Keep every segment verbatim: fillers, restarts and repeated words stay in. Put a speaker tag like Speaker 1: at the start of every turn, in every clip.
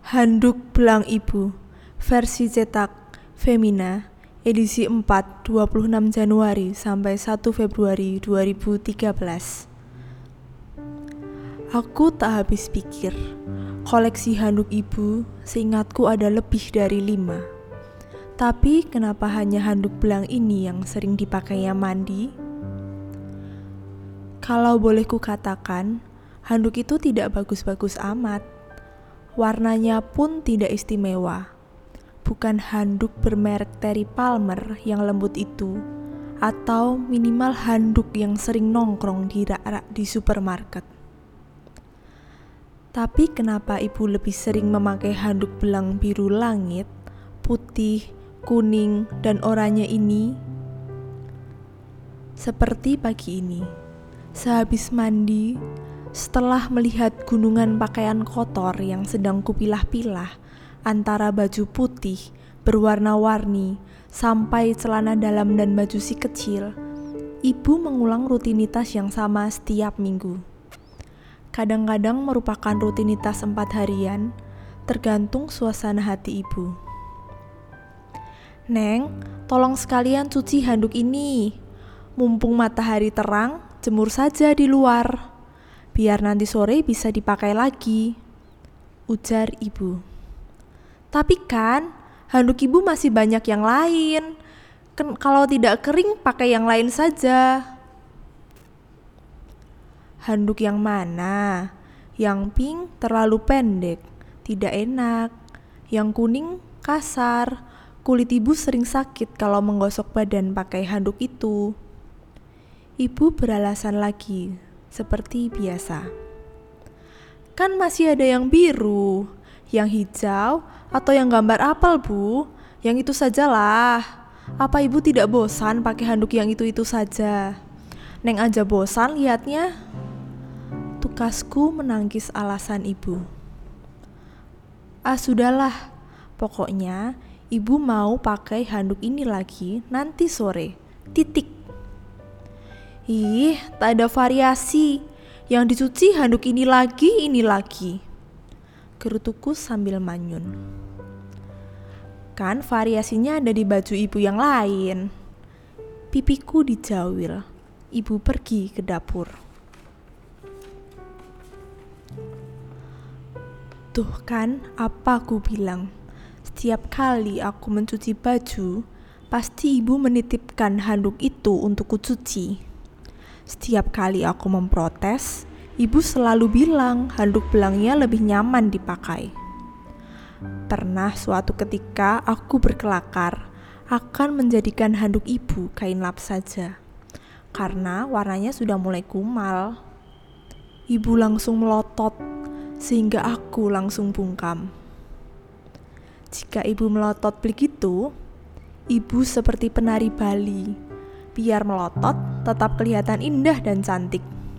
Speaker 1: Handuk Belang Ibu, versi cetak Femina, edisi empat, dua puluh enam Januari sampai satu Februari dua ribu tiga belas. Aku tak habis pikir, koleksi handuk ibu seingatku ada lebih dari lima. Tapi kenapa hanya handuk belang ini yang sering dipakainya mandi? Kalau boleh kukatakan, handuk itu tidak bagus-bagus amat. Warnanya pun tidak istimewa. Bukan handuk bermerek Terry Palmer yang lembut itu, atau minimal handuk yang sering nongkrong di rak-rak di supermarket. Tapi kenapa ibu lebih sering memakai handuk belang biru langit, putih, kuning, dan oranye ini? Seperti pagi ini, sehabis mandi, setelah melihat gunungan pakaian kotor yang sedang kupilah-pilah antara baju putih berwarna-warni sampai celana dalam dan baju si kecil, ibu mengulang rutinitas yang sama setiap minggu. Kadang-kadang merupakan rutinitas empat harian, tergantung suasana hati ibu. "Neng, tolong sekalian cuci handuk ini. Mumpung matahari terang, jemur saja di luar. Biar nanti sore bisa dipakai lagi," ujar ibu. "Tapi kan, handuk ibu masih banyak yang lain. Ken- kalau tidak kering, pakai yang lain saja." "Handuk yang mana? Yang pink terlalu pendek, tidak enak. Yang kuning kasar. Kulit ibu sering sakit kalau menggosok badan pakai handuk itu." Ibu beralasan lagi, seperti biasa. "Kan masih ada yang biru, yang hijau, atau yang gambar apel, Bu. Yang itu sajalah. Apa ibu tidak bosan pakai handuk yang itu-itu saja? Neng aja bosan lihatnya." Tukasku menangkis alasan ibu. "Ah sudahlah, pokoknya ibu mau pakai handuk ini lagi nanti sore. Titik." "Ih, tak ada variasi. Yang dicuci handuk ini lagi, ini lagi," gerutuku sambil manyun. "Kan variasinya ada di baju ibu yang lain." Pipiku dijawil. Ibu pergi ke dapur. "Tuh kan, apa aku bilang? Setiap kali aku mencuci baju, pasti ibu menitipkan handuk itu untuk kucuci. Setiap kali aku memprotes, ibu selalu bilang handuk belangnya lebih nyaman dipakai. Pernah suatu ketika aku berkelakar akan menjadikan handuk ibu kain lap saja, karena warnanya sudah mulai kumal. Ibu langsung melotot, sehingga aku langsung bungkam. Jika ibu melotot begitu, ibu seperti penari Bali. Biar melotot, tetap kelihatan indah dan cantik.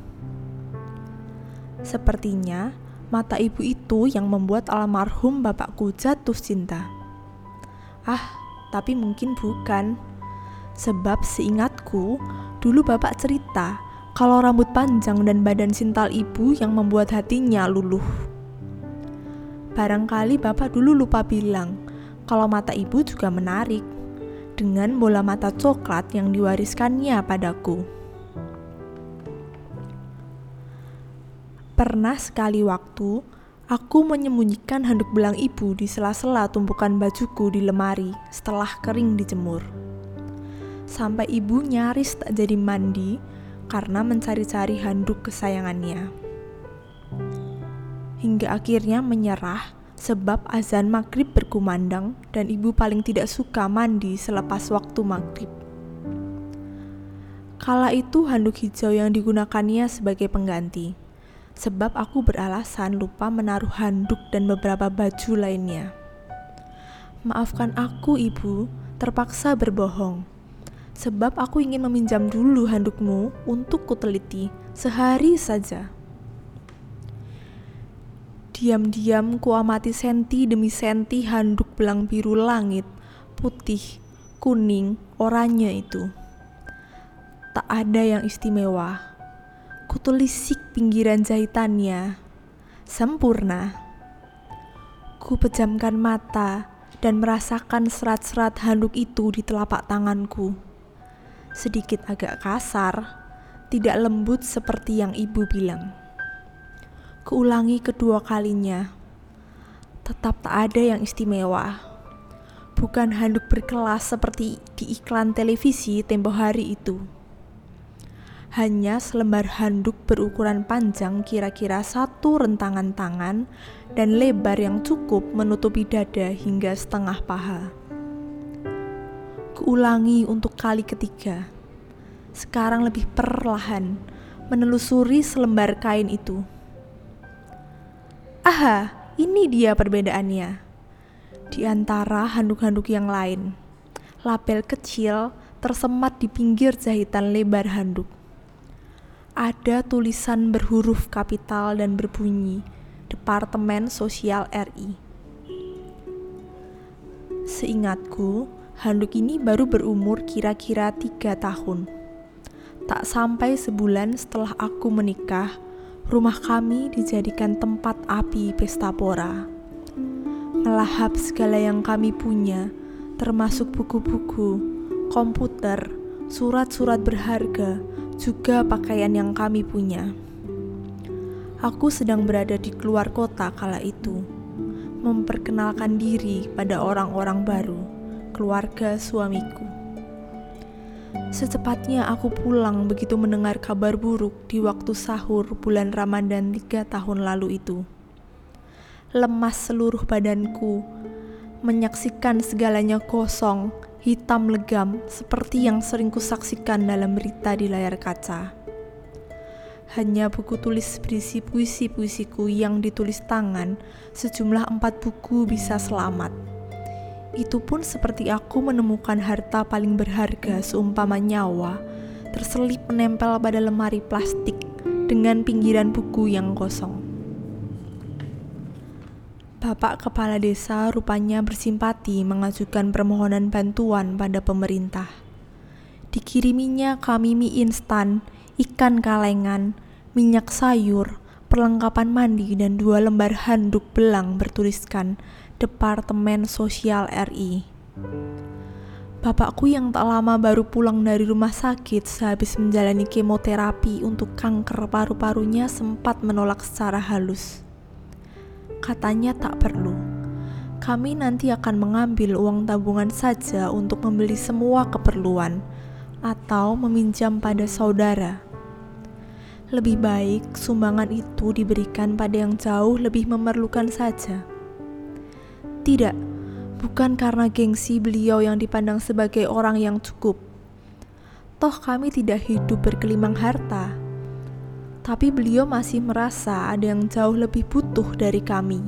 Speaker 1: Sepertinya mata ibu itu yang membuat almarhum bapakku jatuh cinta. Ah, tapi mungkin bukan. Sebab seingatku, dulu bapak cerita kalau rambut panjang dan badan sintal ibu yang membuat hatinya luluh. Barangkali bapak dulu lupa bilang kalau mata ibu juga menarik, dengan bola mata coklat yang diwariskannya padaku. Pernah sekali waktu, aku menyembunyikan handuk belang ibu di sela-sela tumpukan bajuku di lemari setelah kering dijemur. Sampai ibu nyaris tak jadi mandi karena mencari-cari handuk kesayangannya. Hingga akhirnya menyerah sebab azan maghrib berkumandang dan ibu paling tidak suka mandi selepas waktu maghrib. Kala itu handuk hijau yang digunakannya sebagai pengganti, sebab aku beralasan lupa menaruh handuk dan beberapa baju lainnya. "Maafkan aku, ibu, terpaksa berbohong. Sebab aku ingin meminjam dulu handukmu untuk kuteliti, sehari saja." Diam-diam kuamati senti demi senti handuk belang biru langit, putih, kuning, oranye itu. Tak ada yang istimewa. Kutelisik pinggiran jahitannya. Sempurna. Aku pejamkan mata dan merasakan serat-serat handuk itu di telapak tanganku. Sedikit agak kasar, tidak lembut seperti yang ibu bilang. Kuulangi kedua kalinya. Tetap tak ada yang istimewa. Bukan handuk berkelas seperti di iklan televisi tempo hari itu. Hanya selembar handuk berukuran panjang kira-kira satu rentangan tangan dan lebar yang cukup menutupi dada hingga setengah paha. Kuulangi untuk kali ketiga. Sekarang lebih perlahan menelusuri selembar kain itu. Aha, ini dia perbedaannya. Di antara handuk-handuk yang lain, label kecil tersemat di pinggir jahitan lebar handuk. Ada tulisan berhuruf kapital dan berbunyi Departemen Sosial R I. Seingatku, handuk ini baru berumur kira-kira tiga tahun. Tak sampai sebulan setelah aku menikah, rumah kami dijadikan tempat api pesta pora. Melahap segala yang kami punya, termasuk buku-buku, komputer, surat-surat berharga, juga pakaian yang kami punya. Aku sedang berada di luar kota kala itu, memperkenalkan diri pada orang-orang baru, keluarga suamiku. Secepatnya aku pulang begitu mendengar kabar buruk di waktu sahur bulan Ramadan tiga tahun lalu itu. Lemas seluruh badanku, menyaksikan segalanya kosong, hitam legam seperti yang sering kusaksikan dalam berita di layar kaca. Hanya buku tulis berisi puisi-puisiku yang ditulis tangan, sejumlah empat buku bisa selamat. Itu pun seperti aku menemukan harta paling berharga seumpama nyawa, terselip menempel pada lemari plastik dengan pinggiran buku yang kosong. Bapak Kepala Desa rupanya bersimpati mengajukan permohonan bantuan pada pemerintah. Dikiriminya kami mie instan, ikan kalengan, minyak sayur, perlengkapan mandi, dan dua lembar handuk belang bertuliskan Departemen Sosial R I. Bapakku yang tak lama baru pulang dari rumah sakit sehabis menjalani kemoterapi untuk kanker paru-parunya sempat menolak secara halus. Katanya tak perlu. Kami nanti akan mengambil uang tabungan saja untuk membeli semua keperluan atau meminjam pada saudara. Lebih baik sumbangan itu diberikan pada yang jauh lebih memerlukan saja. Tidak, bukan karena gengsi beliau yang dipandang sebagai orang yang cukup. Toh kami tidak hidup bergelimang harta. Tapi beliau masih merasa ada yang jauh lebih butuh dari kami.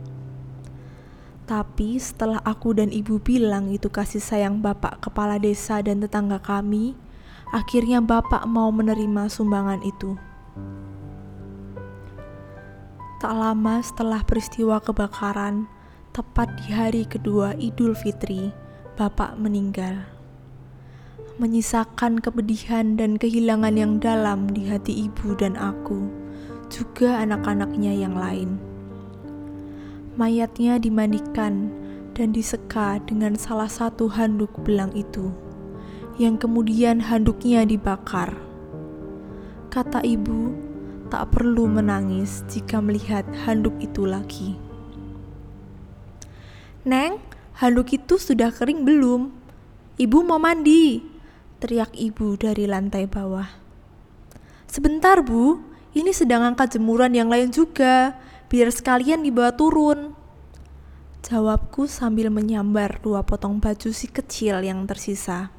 Speaker 1: Tapi setelah aku dan ibu bilang itu kasih sayang bapak kepala desa dan tetangga kami, akhirnya bapak mau menerima sumbangan itu. Tak lama setelah peristiwa kebakaran, tepat di hari kedua Idul Fitri, bapak meninggal. Menyisakan kepedihan dan kehilangan yang dalam di hati ibu dan aku, juga anak-anaknya yang lain. Mayatnya dimandikan dan diseka dengan salah satu handuk belang itu, yang kemudian handuknya dibakar. Kata ibu, tak perlu menangis jika melihat handuk itu lagi. Neng, handuk itu sudah kering belum? Ibu mau mandi, teriak ibu dari lantai bawah. Sebentar bu, ini sedang angkat jemuran yang lain juga, biar sekalian dibawa turun, jawabku sambil menyambar dua potong baju si kecil yang tersisa.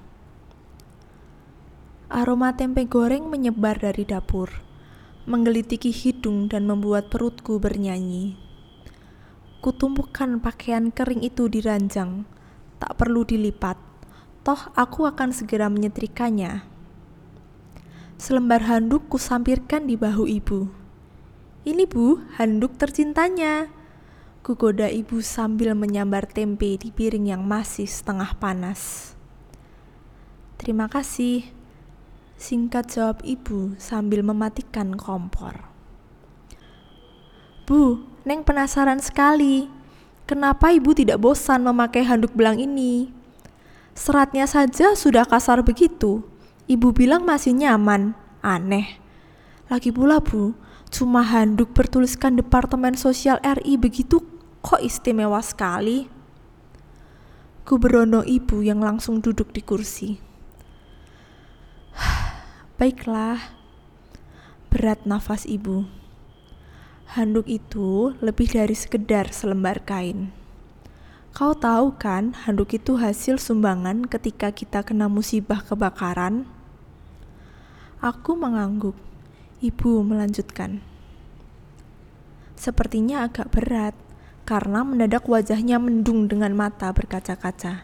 Speaker 1: Aroma tempe goreng menyebar dari dapur, menggelitiki hidung dan membuat perutku bernyanyi. Kutumpukan pakaian kering itu di ranjang, tak perlu dilipat. Toh aku akan segera menyetrikanya. Selembar handuk kusampirkan di bahu ibu. Ini bu, handuk tercintanya. Kugoda ibu sambil menyambar tempe di piring yang masih setengah panas. Terima kasih, singkat jawab ibu sambil mematikan kompor. Bu, Neng penasaran sekali. Kenapa ibu tidak bosan memakai handuk belang ini? Seratnya saja sudah kasar begitu. Ibu bilang masih nyaman. Aneh. Lagi pula bu, cuma handuk bertuliskan Departemen Sosial R I begitu kok istimewa sekali. Ku berondong ibu yang langsung duduk di kursi. Baiklah. Berat nafas ibu. Handuk itu lebih dari sekedar selembar kain. Kau tahu kan, handuk itu hasil sumbangan ketika kita kena musibah kebakaran? Aku mengangguk. Ibu melanjutkan. Sepertinya agak berat, karena mendadak wajahnya mendung dengan mata berkaca-kaca.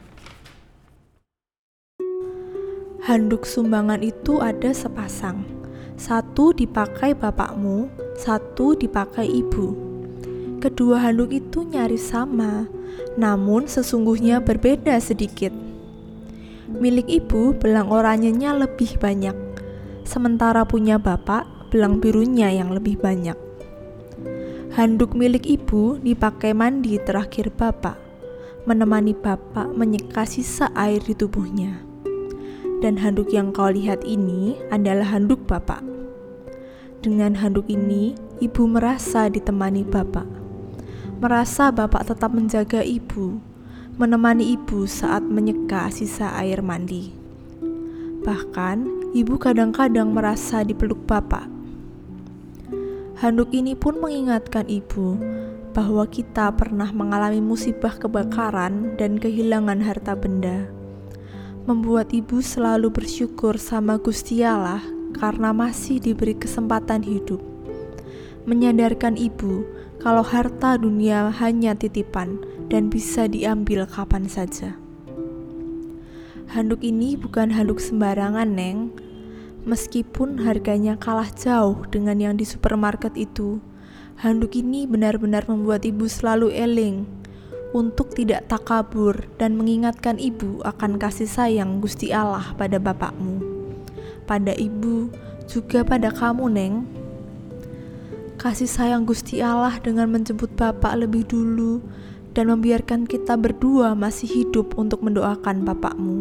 Speaker 1: Handuk sumbangan itu ada sepasang. Satu dipakai bapakmu, satu dipakai ibu. Kedua handuk itu nyaris sama, namun sesungguhnya berbeda sedikit. Milik ibu belang oranyenya lebih banyak, sementara punya bapak belang birunya yang lebih banyak. Handuk milik ibu dipakai mandi terakhir bapak, menemani bapak menyeka sisa air di tubuhnya. Dan handuk yang kau lihat ini adalah handuk bapak. Dengan handuk ini, ibu merasa ditemani bapak. Merasa bapak tetap menjaga ibu, menemani ibu saat menyeka sisa air mandi. Bahkan, ibu kadang-kadang merasa dipeluk bapak. Handuk ini pun mengingatkan ibu bahwa kita pernah mengalami musibah kebakaran dan kehilangan harta benda. Membuat ibu selalu bersyukur sama Gusti Allah karena masih diberi kesempatan hidup. Menyadarkan ibu kalau harta dunia hanya titipan dan bisa diambil kapan saja. Handuk ini bukan handuk sembarangan, Neng. Meskipun harganya kalah jauh dengan yang di supermarket itu, handuk ini benar-benar membuat ibu selalu eling untuk tidak takabur dan mengingatkan ibu akan kasih sayang Gusti Allah pada bapakmu, pada ibu, juga pada kamu, Neng. Kasih sayang Gusti Allah dengan menjemput bapak lebih dulu dan membiarkan kita berdua masih hidup untuk mendoakan bapakmu.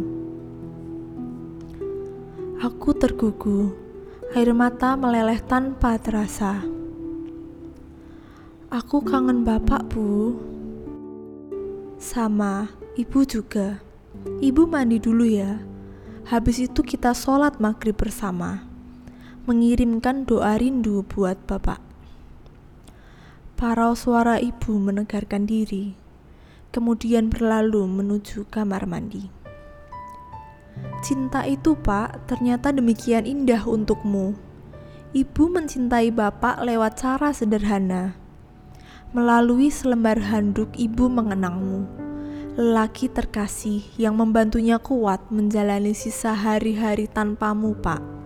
Speaker 1: Aku tergugu, air mata meleleh tanpa terasa. Aku kangen bapak, Bu. Sama, ibu juga. Ibu mandi dulu ya. Habis itu kita sholat maghrib bersama. Mengirimkan doa rindu buat bapak. Parau suara ibu menegarkan diri, kemudian berlalu menuju kamar mandi. Cinta itu, Pak, ternyata demikian indah untukmu. Ibu mencintai bapak lewat cara sederhana. Melalui selembar handuk ibu mengenangmu, lelaki terkasih yang membantunya kuat menjalani sisa hari-hari tanpamu, Pak.